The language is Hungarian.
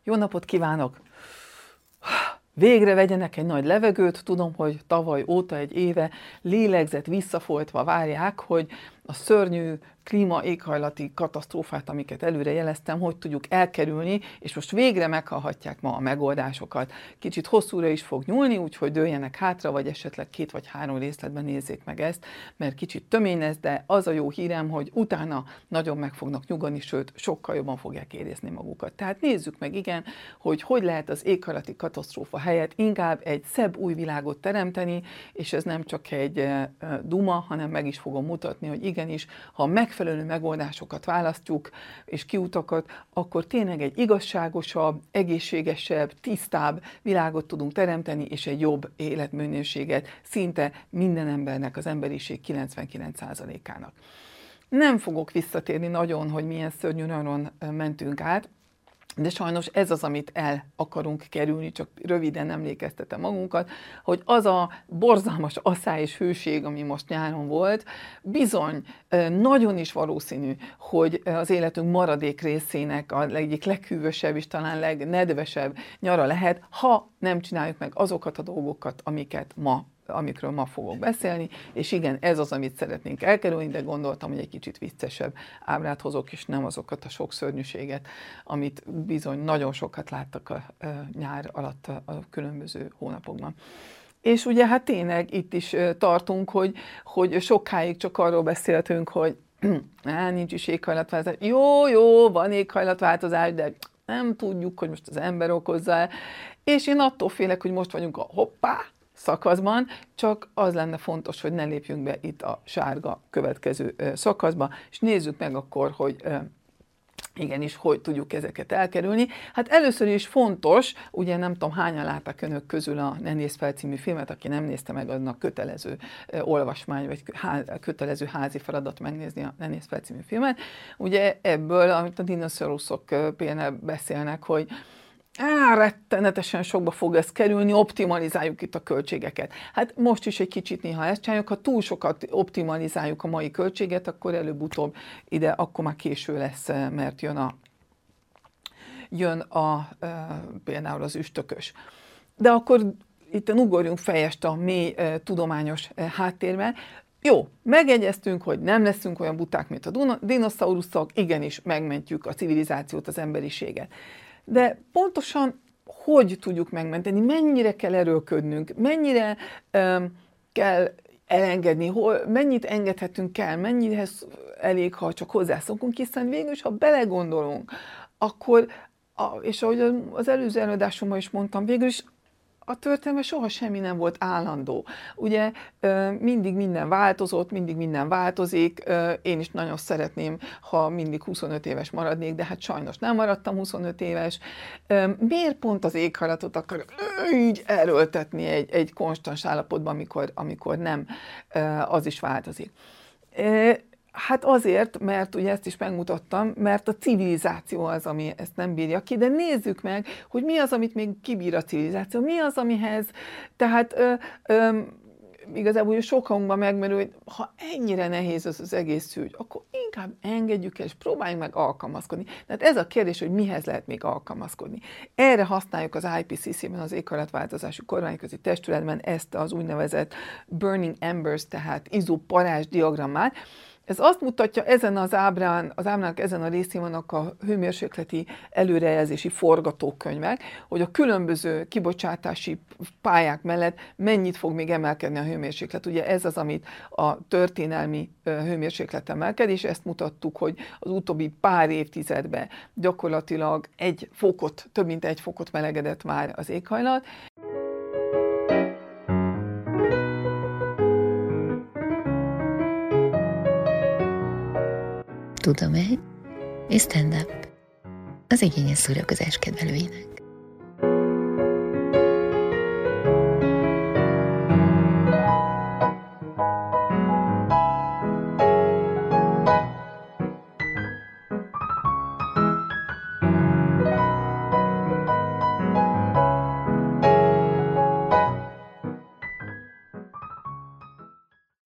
Jó napot kívánok! Végre vegyenek egy nagy levegőt, tudom, hogy tavaly óta, egy éve lélegzett visszafolytva várják, hogy a szörnyű klíma-éghajlati katasztrófát, amiket előre jeleztem, hogy tudjuk elkerülni, és most végre meghallhatják ma a megoldásokat. Kicsit hosszúra is fog nyúlni, úgyhogy dőljenek hátra, vagy esetleg 2 vagy 3 részletben nézzék meg ezt, mert kicsit tömény lesz, de az a jó hírem, hogy utána nagyon meg fognak nyugodni, sőt, sokkal jobban fogják érezni magukat. Tehát nézzük meg, igen, hogy lehet az éghajlati katasztrófa helyett inkább egy szebb új világot teremteni, és ez nem csak egy duma, hanem meg is fogom mutatni, hogy igenis, ha megfelelő megoldásokat választjuk, és kiutakat, akkor tényleg egy igazságosabb, egészségesebb, tisztább világot tudunk teremteni, és egy jobb életminőséget szinte minden embernek, az emberiség 99%-ának. Nem fogok visszatérni nagyon, hogy milyen szörnyű nyáron mentünk át, de sajnos ez az, amit el akarunk kerülni, csak röviden emlékeztetem magunkat, hogy az a borzalmas asszály és hőség, ami most nyáron volt, bizony nagyon is valószínű, hogy az életünk maradék részének a egyik leghűvösebb és talán legnedvesebb nyara lehet, ha nem csináljuk meg azokat a dolgokat, amikről ma fogok beszélni, és igen, ez az, amit szeretnénk elkerülni, de gondoltam, hogy egy kicsit viccesebb ábrát hozok, és nem azokat a sok szörnyűséget, amit bizony nagyon sokat láttak a nyár alatt a különböző hónapokban. És ugye hát tényleg itt is tartunk, hogy sokáig csak arról beszéltünk, hogy nincs is éghajlatváltozás. Jó, van éghajlatváltozás, de nem tudjuk, hogy most az ember okozza el. És én attól félek, hogy most vagyunk a hoppá szakaszban, csak az lenne fontos, hogy ne lépjünk be itt a sárga következő szakaszba, és nézzük meg akkor, hogy igenis, hogy tudjuk ezeket elkerülni. Hát először is fontos, ugye nem tudom, hányan látták önök közül a Ne nézz fel című filmet, aki nem nézte meg, annak kötelező olvasmány, vagy kötelező házi feladat megnézni a Ne nézz fel című filmet. Ugye ebből, amit a dinoszauruszok például beszélnek, hogy rettenetesen sokba fog ez kerülni, optimalizáljuk itt a költségeket. Hát most is egy kicsit néha ezt csináljuk, ha túl sokat optimalizáljuk a mai költséget, akkor előbb-utóbb ide, akkor már késő lesz, mert jön például az üstökös. De akkor itt ugorjunk fejest a mély tudományos háttérbe. Jó, megegyeztünk, hogy nem leszünk olyan buták, mint a dinoszauruszok, igenis megmentjük a civilizációt, az emberiséget. De pontosan hogy tudjuk megmenteni, mennyire kell erőlködnünk, mennyire kell elengedni, mennyit engedhetünk el, mennyihez elég, ha csak hozzászokunk, hiszen végül is, ha belegondolunk, akkor, és ahogy az előző előadásomban is mondtam, végül is a történelme soha semmi nem volt állandó. Ugye mindig minden változott, mindig minden változik. Én is nagyon szeretném, ha mindig 25 éves maradnék, de hát sajnos nem maradtam 25 éves. Miért pont az éghajlatot akarok így erőltetni egy konstans állapotban, amikor nem, az is változik? Hát azért, mert ugye ezt is megmutattam, mert a civilizáció az, ami ezt nem bírja ki, de nézzük meg, hogy mi az, amit még kibír a civilizáció, mi az, amihez, tehát igazából sokankban megmerül, hogy ha ennyire nehéz az egész ügy, akkor inkább engedjük el, és próbáljunk meg alkalmazkodni. Tehát ez a kérdés, hogy mihez lehet még alkalmazkodni. Erre használjuk az IPCC-ben, az éghajlatváltozási kormányközi testületben ezt az úgynevezett Burning Embers, tehát izzó-parázs diagrammát. Ez azt mutatja, ezen az ábrának ezen a részén vannak a hőmérsékleti előrejelzési forgatókönyvek, hogy a különböző kibocsátási pályák mellett mennyit fog még emelkedni a hőmérséklet. Ugye ez az, amit a történelmi hőmérséklet emelked, és ezt mutattuk, hogy az utóbbi pár évtizedben gyakorlatilag több mint 1 fokot melegedett már az éghajlat. Tudomány és stand-up az igényes szórakozás kedvelőinek.